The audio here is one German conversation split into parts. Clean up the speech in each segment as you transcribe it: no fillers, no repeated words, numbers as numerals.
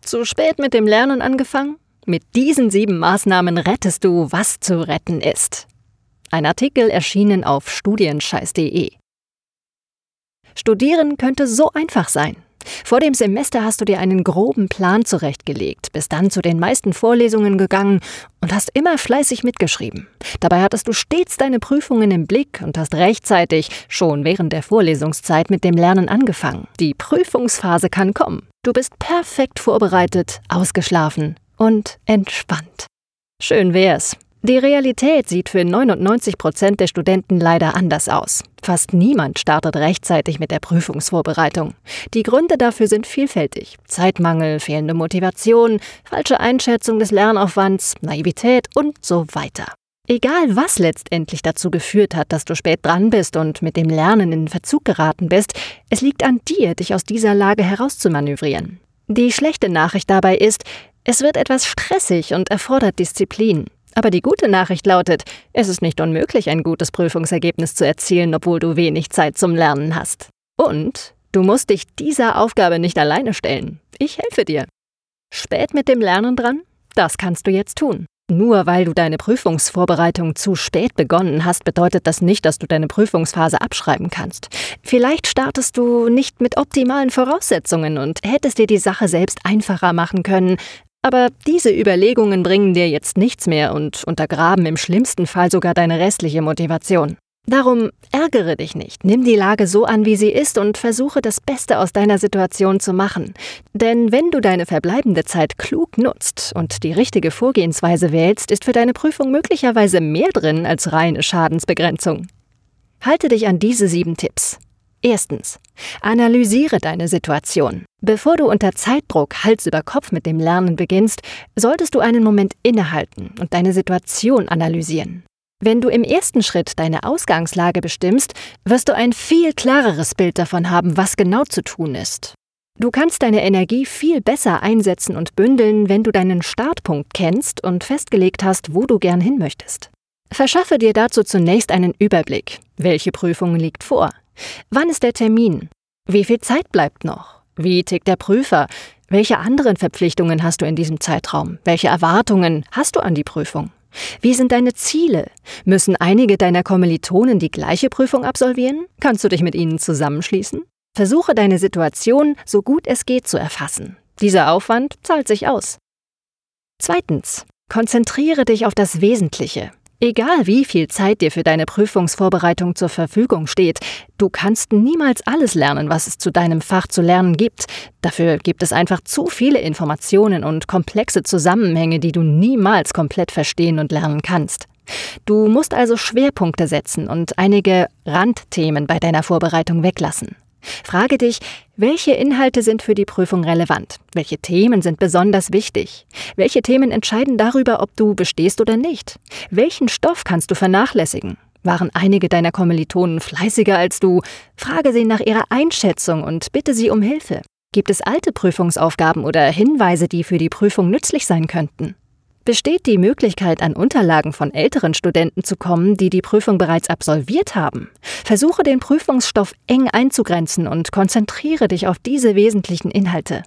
Zu spät mit dem Lernen angefangen? Mit diesen 7 Maßnahmen rettest du, was zu retten ist. Ein Artikel erschienen auf studienscheiß.de. Studieren könnte so einfach sein. Vor dem Semester hast du dir einen groben Plan zurechtgelegt, bist dann zu den meisten Vorlesungen gegangen und hast immer fleißig mitgeschrieben. Dabei hattest du stets deine Prüfungen im Blick und hast rechtzeitig, schon während der Vorlesungszeit, mit dem Lernen angefangen. Die Prüfungsphase kann kommen. Du bist perfekt vorbereitet, ausgeschlafen und entspannt. Schön wär's. Die Realität sieht für 99% der Studenten leider anders aus. Fast niemand startet rechtzeitig mit der Prüfungsvorbereitung. Die Gründe dafür sind vielfältig. Zeitmangel, fehlende Motivation, falsche Einschätzung des Lernaufwands, Naivität und so weiter. Egal, was letztendlich dazu geführt hat, dass du spät dran bist und mit dem Lernen in Verzug geraten bist, es liegt an dir, dich aus dieser Lage herauszumanövrieren. Die schlechte Nachricht dabei ist, es wird etwas stressig und erfordert Disziplin. Aber die gute Nachricht lautet, es ist nicht unmöglich, ein gutes Prüfungsergebnis zu erzielen, obwohl du wenig Zeit zum Lernen hast. Und du musst dich dieser Aufgabe nicht alleine stellen. Ich helfe dir. Spät mit dem Lernen dran? Das kannst du jetzt tun. Nur weil du deine Prüfungsvorbereitung zu spät begonnen hast, bedeutet das nicht, dass du deine Prüfungsphase abschreiben kannst. Vielleicht startest du nicht mit optimalen Voraussetzungen und hättest dir die Sache selbst einfacher machen können. Aber diese Überlegungen bringen dir jetzt nichts mehr und untergraben im schlimmsten Fall sogar deine restliche Motivation. Darum ärgere dich nicht, nimm die Lage so an, wie sie ist und versuche das Beste aus deiner Situation zu machen. Denn wenn du deine verbleibende Zeit klug nutzt und die richtige Vorgehensweise wählst, ist für deine Prüfung möglicherweise mehr drin als reine Schadensbegrenzung. Halte dich an diese 7 Tipps. Erstens. Analysiere deine Situation. Bevor du unter Zeitdruck Hals über Kopf mit dem Lernen beginnst, solltest du einen Moment innehalten und deine Situation analysieren. Wenn du im ersten Schritt deine Ausgangslage bestimmst, wirst du ein viel klareres Bild davon haben, was genau zu tun ist. Du kannst deine Energie viel besser einsetzen und bündeln, wenn du deinen Startpunkt kennst und festgelegt hast, wo du gern hin möchtest. Verschaffe dir dazu zunächst einen Überblick. Welche Prüfung liegt vor? Wann ist der Termin? Wie viel Zeit bleibt noch? Wie tickt der Prüfer? Welche anderen Verpflichtungen hast du in diesem Zeitraum? Welche Erwartungen hast du an die Prüfung? Wie sind deine Ziele? Müssen einige deiner Kommilitonen die gleiche Prüfung absolvieren? Kannst du dich mit ihnen zusammenschließen? Versuche deine Situation so gut es geht zu erfassen. Dieser Aufwand zahlt sich aus. Zweitens. Konzentriere dich auf das Wesentliche. Egal wie viel Zeit dir für deine Prüfungsvorbereitung zur Verfügung steht, du kannst niemals alles lernen, was es zu deinem Fach zu lernen gibt. Dafür gibt es einfach zu viele Informationen und komplexe Zusammenhänge, die du niemals komplett verstehen und lernen kannst. Du musst also Schwerpunkte setzen und einige Randthemen bei deiner Vorbereitung weglassen. Frage dich, welche Inhalte sind für die Prüfung relevant? Welche Themen sind besonders wichtig? Welche Themen entscheiden darüber, ob du bestehst oder nicht? Welchen Stoff kannst du vernachlässigen? Waren einige deiner Kommilitonen fleißiger als du? Frage sie nach ihrer Einschätzung und bitte sie um Hilfe. Gibt es alte Prüfungsaufgaben oder Hinweise, die für die Prüfung nützlich sein könnten? Besteht die Möglichkeit, an Unterlagen von älteren Studenten zu kommen, die die Prüfung bereits absolviert haben? Versuche den Prüfungsstoff eng einzugrenzen und konzentriere dich auf diese wesentlichen Inhalte.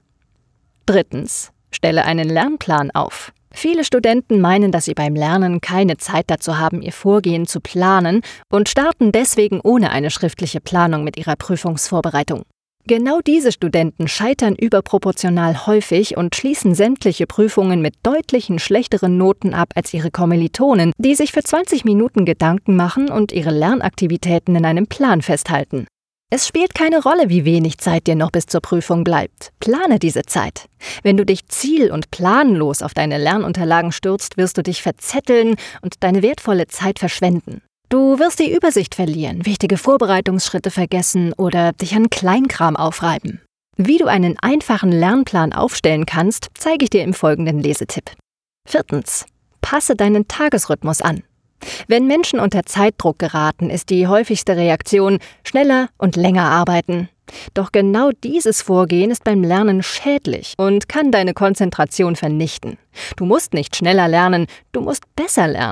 Drittens. Stelle einen Lernplan auf. Viele Studenten meinen, dass sie beim Lernen keine Zeit dazu haben, ihr Vorgehen zu planen und starten deswegen ohne eine schriftliche Planung mit ihrer Prüfungsvorbereitung. Genau diese Studenten scheitern überproportional häufig und schließen sämtliche Prüfungen mit deutlichen schlechteren Noten ab als ihre Kommilitonen, die sich für 20 Minuten Gedanken machen und ihre Lernaktivitäten in einem Plan festhalten. Es spielt keine Rolle, wie wenig Zeit dir noch bis zur Prüfung bleibt. Plane diese Zeit. Wenn du dich ziel- und planlos auf deine Lernunterlagen stürzt, wirst du dich verzetteln und deine wertvolle Zeit verschwenden. Du wirst die Übersicht verlieren, wichtige Vorbereitungsschritte vergessen oder dich an Kleinkram aufreiben. Wie du einen einfachen Lernplan aufstellen kannst, zeige ich dir im folgenden Lesetipp. Viertens. Passe deinen Tagesrhythmus an. Wenn Menschen unter Zeitdruck geraten, ist die häufigste Reaktion schneller und länger arbeiten. Doch genau dieses Vorgehen ist beim Lernen schädlich und kann deine Konzentration vernichten. Du musst nicht schneller lernen, du musst besser lernen.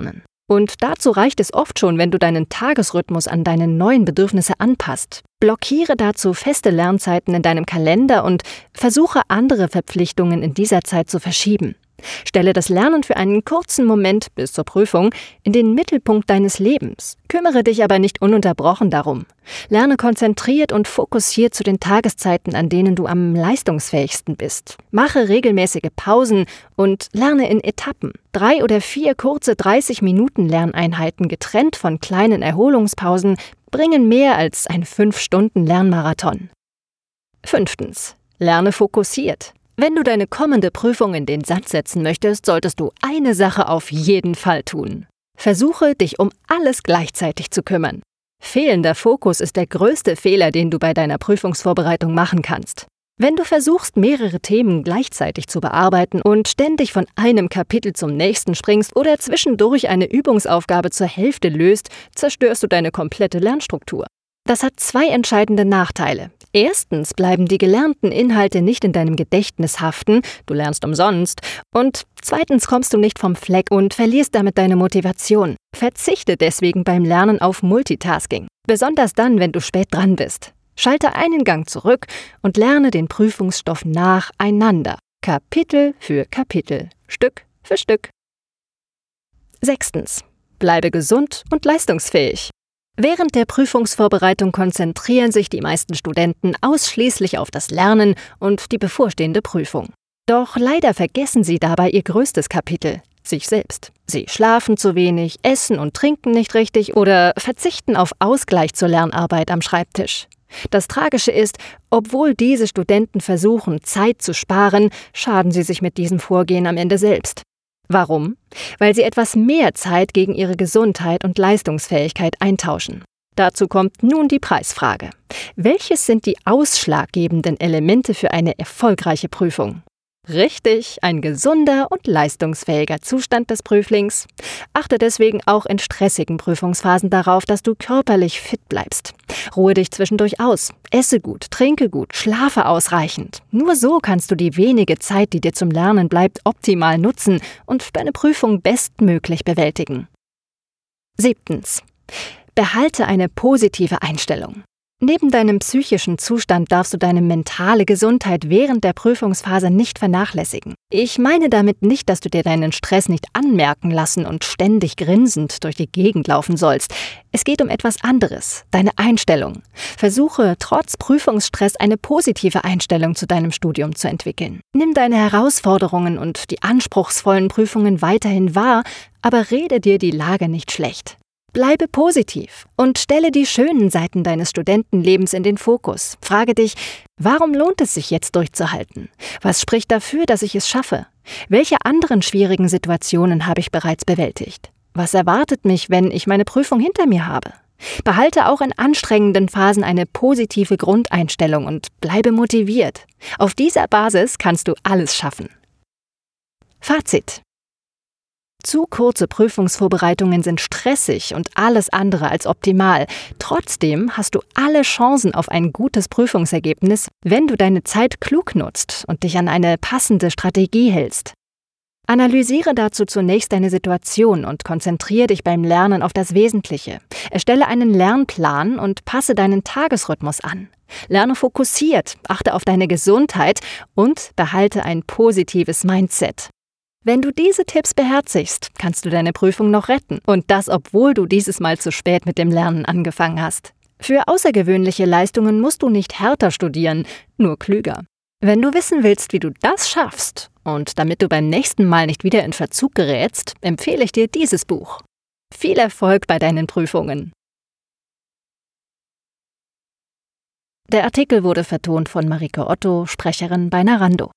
Und dazu reicht es oft schon, wenn du deinen Tagesrhythmus an deine neuen Bedürfnisse anpasst. Blockiere dazu feste Lernzeiten in deinem Kalender und versuche andere Verpflichtungen in dieser Zeit zu verschieben. Stelle das Lernen für einen kurzen Moment bis zur Prüfung in den Mittelpunkt deines Lebens. Kümmere dich aber nicht ununterbrochen darum. Lerne konzentriert und fokussiert zu den Tageszeiten, an denen du am leistungsfähigsten bist. Mache regelmäßige Pausen und lerne in Etappen. 3 oder 4 kurze 30-Minuten-Lerneinheiten getrennt von kleinen Erholungspausen bringen mehr als ein 5-Stunden-Lernmarathon. 5. Lerne fokussiert. Wenn du deine kommende Prüfung in den Sand setzen möchtest, solltest du eine Sache auf jeden Fall tun. Versuche, dich um alles gleichzeitig zu kümmern. Fehlender Fokus ist der größte Fehler, den du bei deiner Prüfungsvorbereitung machen kannst. Wenn du versuchst, mehrere Themen gleichzeitig zu bearbeiten und ständig von einem Kapitel zum nächsten springst oder zwischendurch eine Übungsaufgabe zur Hälfte löst, zerstörst du deine komplette Lernstruktur. Das hat 2 entscheidende Nachteile. Erstens bleiben die gelernten Inhalte nicht in deinem Gedächtnis haften, du lernst umsonst. Und zweitens kommst du nicht vom Fleck und verlierst damit deine Motivation. Verzichte deswegen beim Lernen auf Multitasking. Besonders dann, wenn du spät dran bist. Schalte einen Gang zurück und lerne den Prüfungsstoff nacheinander. Kapitel für Kapitel, Stück für Stück. 6. Bleibe gesund und leistungsfähig. Während der Prüfungsvorbereitung konzentrieren sich die meisten Studenten ausschließlich auf das Lernen und die bevorstehende Prüfung. Doch leider vergessen sie dabei ihr größtes Kapitel, sich selbst. Sie schlafen zu wenig, essen und trinken nicht richtig oder verzichten auf Ausgleich zur Lernarbeit am Schreibtisch. Das Tragische ist, obwohl diese Studenten versuchen, Zeit zu sparen, schaden sie sich mit diesem Vorgehen am Ende selbst. Warum? Weil sie etwas mehr Zeit gegen ihre Gesundheit und Leistungsfähigkeit eintauschen. Dazu kommt nun die Preisfrage. Welches sind die ausschlaggebenden Elemente für eine erfolgreiche Prüfung? Richtig, ein gesunder und leistungsfähiger Zustand des Prüflings. Achte deswegen auch in stressigen Prüfungsphasen darauf, dass du körperlich fit bleibst. Ruhe dich zwischendurch aus, esse gut, trinke gut, schlafe ausreichend. Nur so kannst du die wenige Zeit, die dir zum Lernen bleibt, optimal nutzen und deine Prüfung bestmöglich bewältigen. 7. Behalte eine positive Einstellung. Neben deinem psychischen Zustand darfst du deine mentale Gesundheit während der Prüfungsphase nicht vernachlässigen. Ich meine damit nicht, dass du dir deinen Stress nicht anmerken lassen und ständig grinsend durch die Gegend laufen sollst. Es geht um etwas anderes, deine Einstellung. Versuche, trotz Prüfungsstress eine positive Einstellung zu deinem Studium zu entwickeln. Nimm deine Herausforderungen und die anspruchsvollen Prüfungen weiterhin wahr, aber rede dir die Lage nicht schlecht. Bleibe positiv und stelle die schönen Seiten deines Studentenlebens in den Fokus. Frage dich, warum lohnt es sich jetzt durchzuhalten? Was spricht dafür, dass ich es schaffe? Welche anderen schwierigen Situationen habe ich bereits bewältigt? Was erwartet mich, wenn ich meine Prüfung hinter mir habe? Behalte auch in anstrengenden Phasen eine positive Grundeinstellung und bleibe motiviert. Auf dieser Basis kannst du alles schaffen. Fazit: Zu kurze Prüfungsvorbereitungen sind stressig und alles andere als optimal. Trotzdem hast du alle Chancen auf ein gutes Prüfungsergebnis, wenn du deine Zeit klug nutzt und dich an eine passende Strategie hältst. Analysiere dazu zunächst deine Situation und konzentriere dich beim Lernen auf das Wesentliche. Erstelle einen Lernplan und passe deinen Tagesrhythmus an. Lerne fokussiert, achte auf deine Gesundheit und behalte ein positives Mindset. Wenn du diese Tipps beherzigst, kannst du deine Prüfung noch retten. Und das, obwohl du dieses Mal zu spät mit dem Lernen angefangen hast. Für außergewöhnliche Leistungen musst du nicht härter studieren, nur klüger. Wenn du wissen willst, wie du das schaffst und damit du beim nächsten Mal nicht wieder in Verzug gerätst, empfehle ich dir dieses Buch. Viel Erfolg bei deinen Prüfungen! Der Artikel wurde vertont von Marike Otto, Sprecherin bei Narando.